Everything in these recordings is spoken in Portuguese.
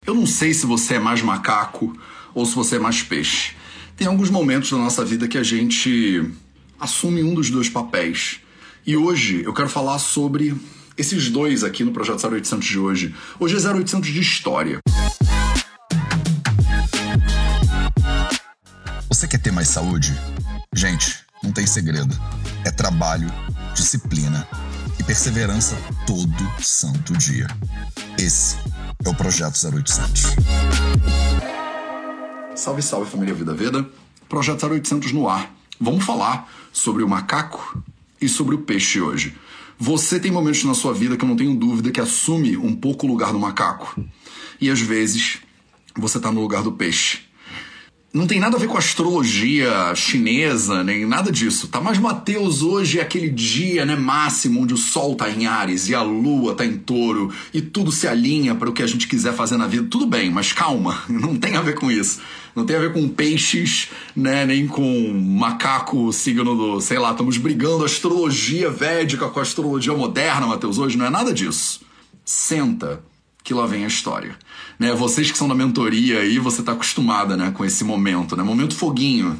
Eu não sei se você é mais macaco ou se você é mais peixe. Tem alguns momentos da nossa vida que a gente assume um dos dois papéis. E hoje eu quero falar sobre esses dois aqui no Projeto 0800 de hoje. Hoje é 0800 de história. Você quer ter mais saúde? Gente, não tem segredo. É trabalho, disciplina e perseverança todo santo dia. Esse é o Projeto 0800. Salve, salve, família Vida Veda. Projeto 0800 no ar. Vamos falar sobre o macaco e sobre o peixe hoje. Você tem momentos na sua vida que eu não tenho dúvida que assume um pouco o lugar do macaco. E às vezes você está no lugar do peixe. Não tem nada a ver com a astrologia chinesa, nem nada disso. Tá mais Mateus hoje é aquele dia, né, máximo, onde o sol tá em Áries e a lua tá em Touro e tudo se alinha para o que a gente quiser fazer na vida. Tudo bem, mas calma, não tem a ver com isso. Não tem a ver com peixes, né, nem com macaco, signo do, sei lá, estamos brigando a astrologia védica com a astrologia moderna, Mateus, hoje não é nada disso. Senta, que lá vem a história. Né, vocês que são da mentoria aí, você está acostumada, né, com esse momento, né? Momento foguinho.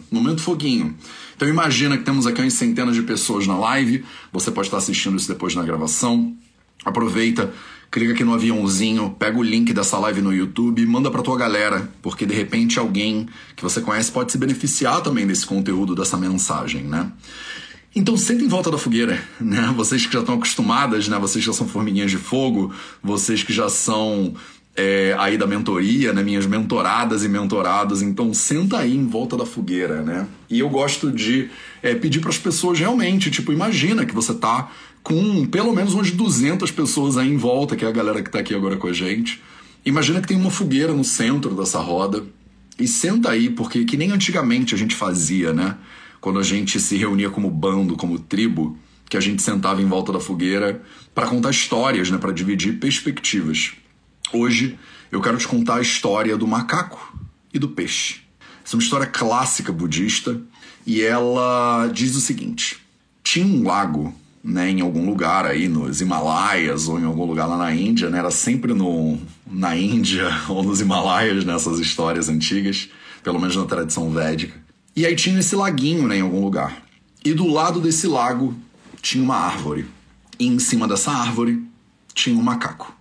Então imagina que temos aqui umas centenas de pessoas na live, você pode estar assistindo isso depois na gravação. Aproveita, clica aqui no aviãozinho, pega o link dessa live no YouTube e manda pra tua galera, porque de repente alguém que você conhece pode se beneficiar também desse conteúdo, dessa mensagem, né? Então senta em volta da fogueira, né? Vocês que já estão acostumadas, né? Vocês que já são formiguinhas de fogo, vocês que já são aí da mentoria, né? Minhas mentoradas e mentorados, então senta aí em volta da fogueira, né? E eu gosto de pedir para as pessoas realmente, tipo, imagina que você tá com pelo menos umas 200 pessoas aí em volta, que é a galera que tá aqui agora com a gente. Imagina que tem uma fogueira no centro dessa roda e senta aí, porque que nem antigamente a gente fazia, né? Quando a gente se reunia como bando, como tribo, que a gente sentava em volta da fogueira para contar histórias, né? Para dividir perspectivas. Hoje eu quero te contar a história do macaco e do peixe. Essa é uma história clássica budista e ela diz o seguinte: tinha um lago, né, em algum lugar aí nos Himalaias ou em algum lugar lá na Índia, né, era sempre na Índia ou nos Himalaias, nessas histórias antigas, pelo menos na tradição védica. E aí tinha esse laguinho, né, em algum lugar. E do lado desse lago tinha uma árvore. E em cima dessa árvore tinha um macaco.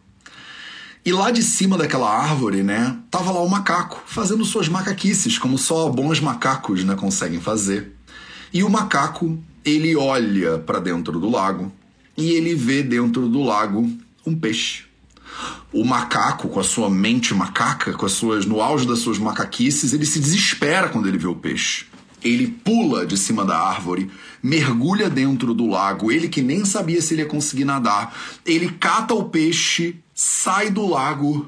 E lá de cima daquela árvore, né, tava lá o macaco, fazendo suas macaquices, como só bons macacos, né, conseguem fazer. E o macaco, ele olha para dentro do lago e ele vê dentro do lago um peixe. O macaco, com a sua mente macaca, no auge das suas macaquices, ele se desespera quando ele vê o peixe. Ele pula de cima da árvore, mergulha dentro do lago, ele que nem sabia se ele ia conseguir nadar. Ele cata o peixe, sai do lago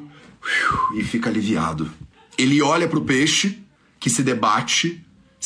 e fica aliviado. Ele olha para o peixe, que se debate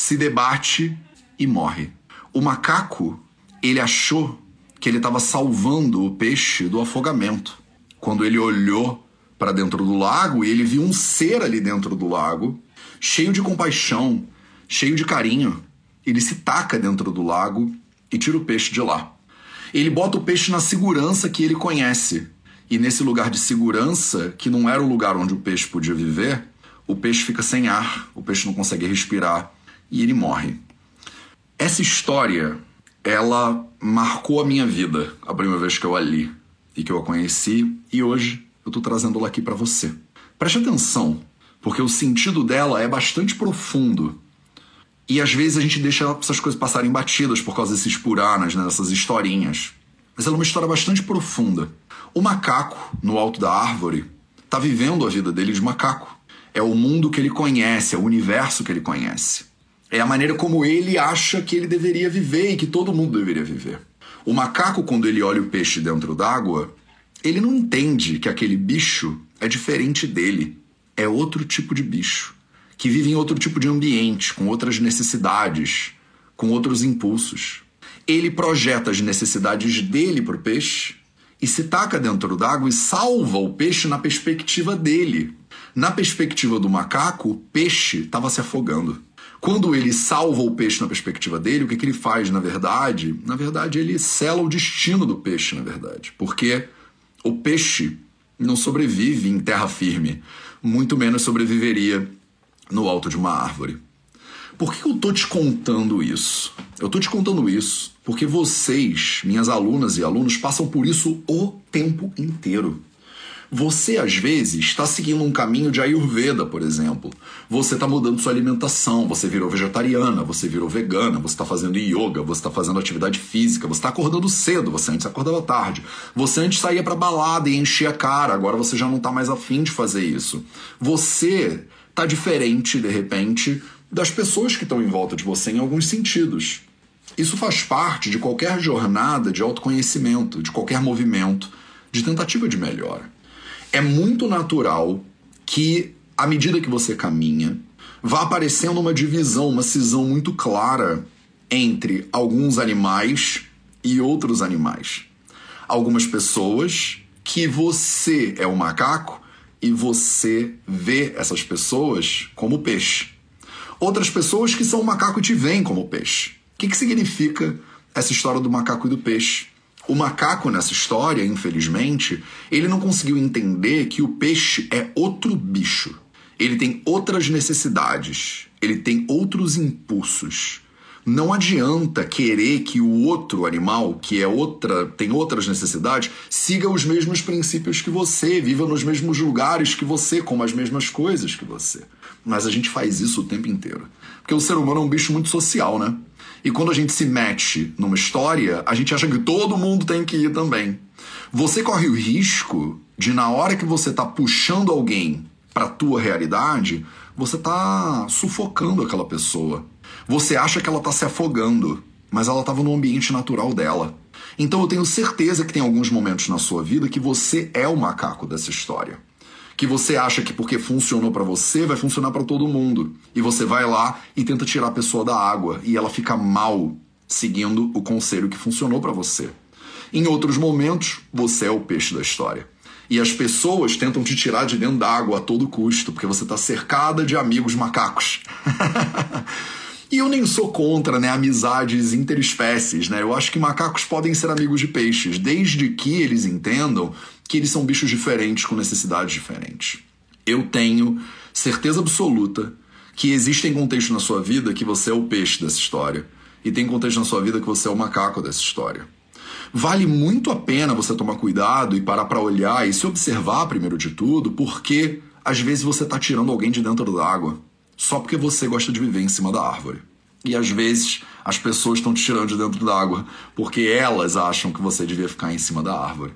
e morre. O macaco, ele achou que ele estava salvando o peixe do afogamento. Quando ele olhou para dentro do lago e ele viu um ser ali dentro do lago, cheio de compaixão, cheio de carinho, ele se taca dentro do lago e tira o peixe de lá. Ele bota o peixe na segurança que ele conhece. E nesse lugar de segurança, que não era o lugar onde o peixe podia viver, o peixe fica sem ar, o peixe não consegue respirar e ele morre. Essa história, ela marcou a minha vida a primeira vez que eu a li e que eu a conheci, e hoje eu tô trazendo ela aqui para você. Preste atenção, porque o sentido dela é bastante profundo. E às vezes a gente deixa essas coisas passarem batidas por causa desses puranas, né, dessas historinhas. Mas ela é uma história bastante profunda. O macaco, no alto da árvore, tá vivendo a vida dele de macaco. É o mundo que ele conhece, é o universo que ele conhece. É a maneira como ele acha que ele deveria viver e que todo mundo deveria viver. O macaco, quando ele olha o peixe dentro d'água, ele não entende que aquele bicho é diferente dele. É outro tipo de bicho, que vive em outro tipo de ambiente, com outras necessidades, com outros impulsos. Ele projeta as necessidades dele para o peixe e se taca dentro d'água e salva o peixe na perspectiva dele. Na perspectiva do macaco, o peixe estava se afogando. Quando ele salva o peixe na perspectiva dele, o que ele faz, na verdade? Na verdade, ele sela o destino do peixe, na verdade. Porque o peixe não sobrevive em terra firme. muito menos sobreviveria no alto de uma árvore. Por que eu tô te contando isso? Eu tô te contando isso porque vocês, minhas alunas e alunos, passam por isso o tempo inteiro. Você, às vezes, está seguindo um caminho de Ayurveda, por exemplo. Você está mudando sua alimentação, você virou vegetariana, você virou vegana, você está fazendo yoga, você está fazendo atividade física, você está acordando cedo, você antes acordava tarde. Você antes saía para balada e enchia a cara, agora você já não está mais afim de fazer isso. Você está diferente, de repente, das pessoas que estão em volta de você em alguns sentidos. Isso faz parte de qualquer jornada de autoconhecimento, de qualquer movimento, de tentativa de melhora. É muito natural que, à medida que você caminha, vá aparecendo uma divisão, uma cisão muito clara entre alguns animais e outros animais. Algumas pessoas que você é o macaco e você vê essas pessoas como peixe. Outras pessoas que são o macaco e te veem como peixe. O que significa essa história do macaco e do peixe? O macaco nessa história, infelizmente, ele não conseguiu entender que o peixe é outro bicho. Ele tem outras necessidades, ele tem outros impulsos. Não adianta querer que o outro animal, que tem outras necessidades, siga os mesmos princípios que você, viva nos mesmos lugares que você, com as mesmas coisas que você. Mas a gente faz isso o tempo inteiro. Porque o ser humano é um bicho muito social, né? E quando a gente se mete numa história, a gente acha que todo mundo tem que ir também. Você corre o risco de, na hora que você está puxando alguém para a tua realidade, você está sufocando aquela pessoa. Você acha que ela está se afogando, mas ela estava no ambiente natural dela. Então eu tenho certeza que tem alguns momentos na sua vida que você é o macaco dessa história. Que você acha que porque funcionou pra você, vai funcionar pra todo mundo. E você vai lá e tenta tirar a pessoa da água. E ela fica mal seguindo o conselho que funcionou pra você. Em outros momentos, você é o peixe da história. E as pessoas tentam te tirar de dentro da água a todo custo, porque você tá cercada de amigos macacos. E eu nem sou contra, amizades interespécies, Eu acho que macacos podem ser amigos de peixes, desde que eles entendam que eles são bichos diferentes com necessidades diferentes. Eu tenho certeza absoluta que existem contextos na sua vida que você é o peixe dessa história e tem contexto na sua vida que você é o macaco dessa história. Vale muito a pena você tomar cuidado e parar para olhar e se observar primeiro de tudo, porque às vezes você está tirando alguém de dentro da água só porque você gosta de viver em cima da árvore. E às vezes as pessoas estão te tirando de dentro da água porque elas acham que você devia ficar em cima da árvore.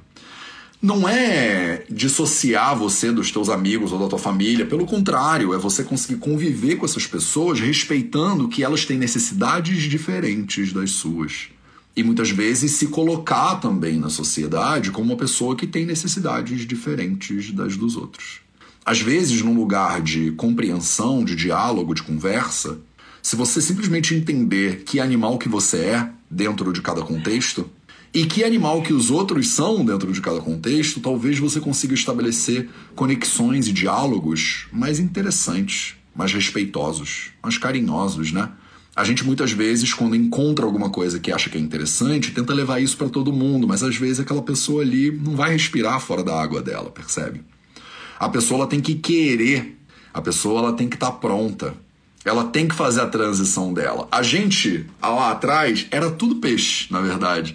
Não é dissociar você dos teus amigos ou da tua família, pelo contrário, é você conseguir conviver com essas pessoas respeitando que elas têm necessidades diferentes das suas. E muitas vezes se colocar também na sociedade como uma pessoa que tem necessidades diferentes das dos outros. Às vezes, num lugar de compreensão, de diálogo, de conversa, se você simplesmente entender que animal que você é dentro de cada contexto, e que animal que os outros são dentro de cada contexto, talvez você consiga estabelecer conexões e diálogos mais interessantes, mais respeitosos, mais carinhosos, A gente muitas vezes, quando encontra alguma coisa que acha que é interessante, tenta levar isso para todo mundo, mas às vezes aquela pessoa ali não vai respirar fora da água dela, percebe? A pessoa ela tem que querer, a pessoa ela tem que estar pronta, ela tem que fazer a transição dela. A gente, lá atrás, era tudo peixe, na verdade.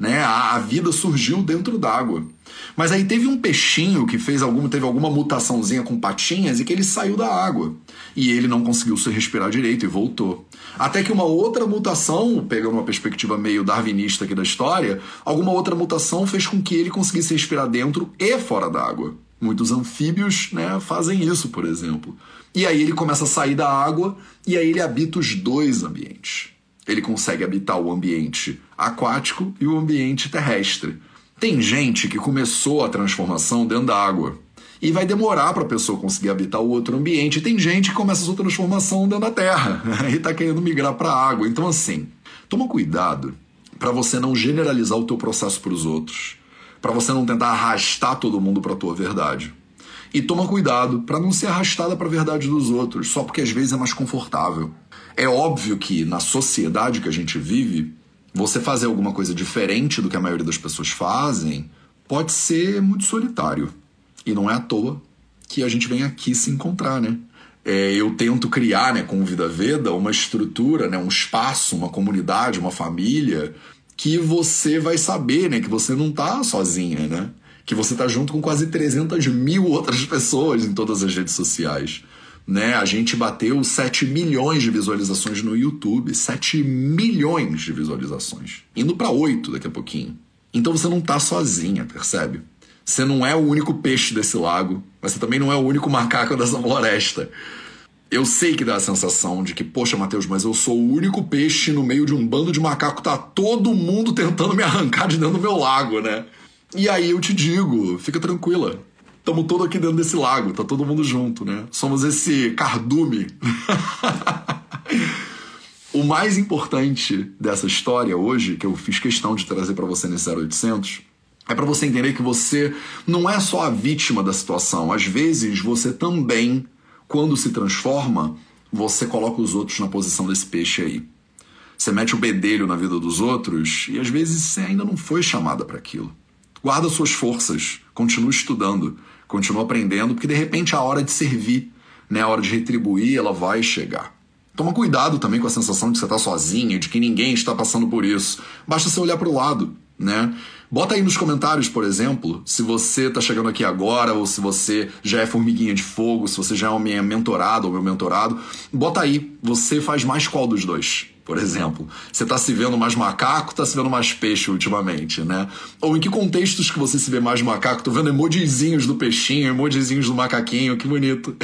A vida surgiu dentro d'água. Mas aí teve um peixinho que teve alguma mutaçãozinha com patinhas e que ele saiu da água. E ele não conseguiu se respirar direito e voltou. Até que uma outra mutação, pegando uma perspectiva meio darwinista aqui da história, alguma outra mutação fez com que ele conseguisse respirar dentro e fora d'água. Muitos anfíbios fazem isso, por exemplo. E aí ele começa a sair da água e aí ele habita os dois ambientes. Ele consegue habitar o ambiente aquático e o ambiente terrestre. Tem gente que começou a transformação dentro da água e vai demorar para a pessoa conseguir habitar o outro ambiente. E tem gente que começa a sua transformação dentro da terra e está querendo migrar para a água. Então, assim, toma cuidado para você não generalizar o teu processo para os outros, para você não tentar arrastar todo mundo para a tua verdade. E toma cuidado para não ser arrastada para a verdade dos outros, só porque às vezes é mais confortável. É óbvio que na sociedade que a gente vive, você fazer alguma coisa diferente do que a maioria das pessoas fazem pode ser muito solitário. E não é à toa que a gente vem aqui se encontrar, né? Eu tento criar, né, com o Vida Veda, uma estrutura, né, um espaço, uma comunidade, uma família, que você vai saber, né, que você não tá sozinha, né? Que você tá junto com quase 300 mil outras pessoas em todas as redes sociais. Né? A gente bateu 7 milhões de visualizações no YouTube. 7 milhões de visualizações. Indo pra 8 daqui a pouquinho. Então você não tá sozinha, percebe? Você não é o único peixe desse lago, mas você também não é o único macaco dessa floresta. Eu sei que dá a sensação de que, poxa, Matheus, mas eu sou o único peixe no meio de um bando de macaco, tá todo mundo tentando me arrancar de dentro do meu lago, né? E aí eu te digo, fica tranquila. Estamos todos aqui dentro desse lago, tá todo mundo junto, né? Somos esse cardume. O mais importante dessa história hoje, que eu fiz questão de trazer pra você nesse 0800, é pra você entender que você não é só a vítima da situação. Às vezes, você também, quando se transforma, você coloca os outros na posição desse peixe aí. Você mete o bedelho na vida dos outros e às vezes você ainda não foi chamada para aquilo. Guarda suas forças, continua estudando, continua aprendendo, porque de repente a hora de servir, né, a hora de retribuir, ela vai chegar. Toma cuidado também com a sensação de que você está sozinha, de que ninguém está passando por isso. Basta você olhar para o lado, né? Bota aí nos comentários, por exemplo, se você está chegando aqui agora, ou se você já é formiguinha de fogo, se você já é uma minha mentorada ou meu mentorado. Bota aí, você faz mais qual dos dois? Por exemplo, você tá se vendo mais macaco, tá se vendo mais peixe ultimamente, né? Ou em que contextos que você se vê mais macaco? Tô vendo emojizinhos do peixinho, emojizinhos do macaquinho, que bonito.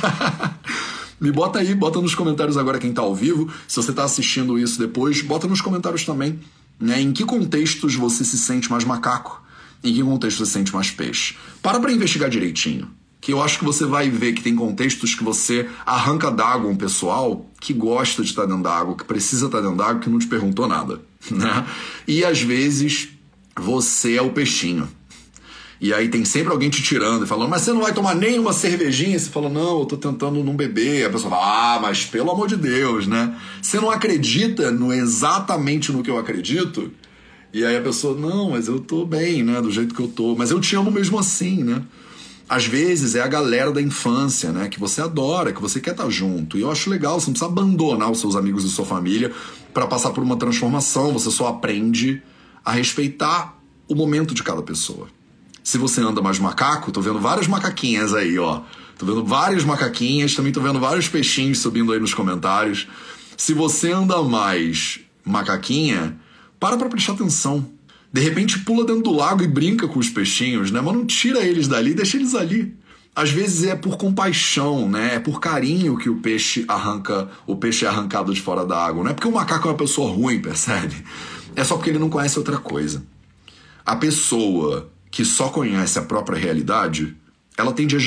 Me bota aí, bota nos comentários agora quem tá ao vivo. Se você tá assistindo isso depois, bota nos comentários também, né? Em que contextos você se sente mais macaco? Em que contexto você se sente mais peixe? Para investigar direitinho. Que eu acho que você vai ver que tem contextos que você arranca d'água um pessoal que gosta de estar dentro d'água, que precisa estar dentro d'água, que não te perguntou nada, né? E às vezes você é o peixinho. E aí tem sempre alguém te tirando e falando, mas você não vai tomar nem uma cervejinha? Você fala, não, eu tô tentando não beber. A pessoa fala, mas pelo amor de Deus, né? Você não acredita exatamente no que eu acredito? E aí a pessoa, não, mas eu tô bem, né? Do jeito que eu tô. Mas eu te amo mesmo assim, né? Às vezes é a galera da infância, né? Que você adora, que você quer estar junto. E eu acho legal, você não precisa abandonar os seus amigos e sua família para passar por uma transformação. Você só aprende a respeitar o momento de cada pessoa. Se você anda mais macaco, tô vendo várias macaquinhas aí, ó. Tô vendo várias macaquinhas, também tô vendo vários peixinhos subindo aí nos comentários. Se você anda mais macaquinha, para prestar atenção. De repente pula dentro do lago e brinca com os peixinhos, né? Mas não tira eles dali, deixa eles ali. Às vezes é por compaixão, né? É por carinho que o peixe é arrancado de fora da água. Não é porque o macaco é uma pessoa ruim, percebe? É só porque ele não conhece outra coisa. A pessoa que só conhece a própria realidade, ela tende a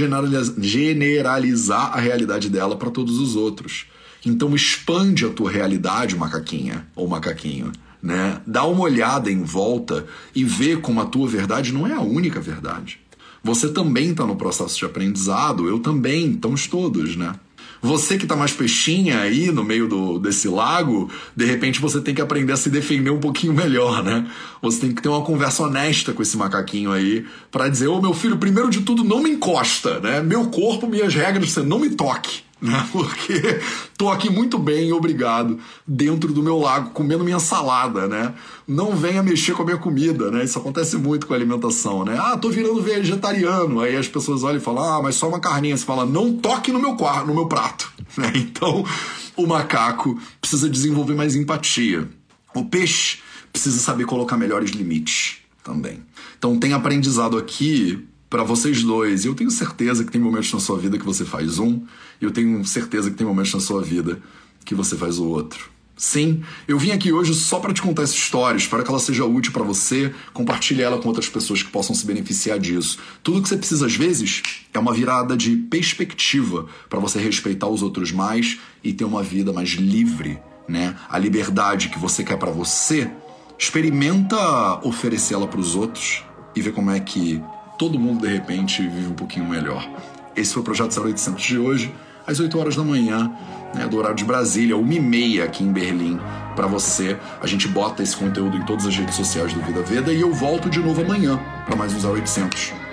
generalizar a realidade dela para todos os outros. Então expande a tua realidade, macaquinha ou macaquinho. Né? Dá uma olhada em volta e vê como a tua verdade não é a única verdade. Você também está no processo de aprendizado, eu também, estamos todos, né? Você que está mais peixinha aí no meio desse lago, de repente você tem que aprender a se defender um pouquinho melhor, né? Você tem que ter uma conversa honesta com esse macaquinho aí para dizer, ô meu filho, primeiro de tudo, não me encosta, né? Meu corpo, minhas regras, você não me toque. Né? Porque tô aqui muito bem, obrigado, dentro do meu lago, comendo minha salada, né? Não venha mexer com a minha comida, né? Isso acontece muito com a alimentação, né? Ah, tô virando vegetariano. Aí as pessoas olham e falam, ah, mas só uma carninha. Você fala, não toque no meu prato, né? Então, o macaco precisa desenvolver mais empatia. O peixe precisa saber colocar melhores limites também. Então, tem aprendizado aqui para vocês dois. E eu tenho certeza que tem momentos na sua vida que você faz um, e eu tenho certeza que tem momentos na sua vida que você faz o outro. Sim, eu vim aqui hoje só para te contar essa história, espero que ela seja útil para você, compartilhe ela com outras pessoas que possam se beneficiar disso. Tudo que você precisa, às vezes, é uma virada de perspectiva para você respeitar os outros mais e ter uma vida mais livre, né? A liberdade que você quer para você, experimenta oferecer ela para os outros e ver como é que todo mundo, de repente, vive um pouquinho melhor. Esse foi o Projeto 0800 de hoje, às 8 horas da manhã, né, do horário de Brasília, 1h30 aqui em Berlim, para você. A gente bota esse conteúdo em todas as redes sociais do Vida Veda e eu volto de novo amanhã para mais um 0800.